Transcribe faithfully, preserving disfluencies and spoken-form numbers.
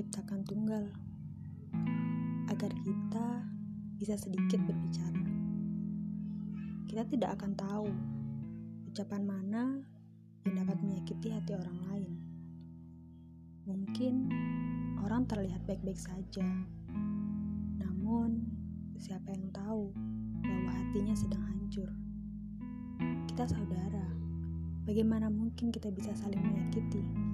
diciptakan tunggal, agar kita bisa sedikit berbicara. Kita tidak akan tahu ucapan mana yang dapat menyakiti hati orang lain. Mungkin orang terlihat baik-baik saja, namun siapa yang tahu bahwa hatinya sedang hancur. Kita saudara, bagaimana mungkin kita bisa saling menyakiti?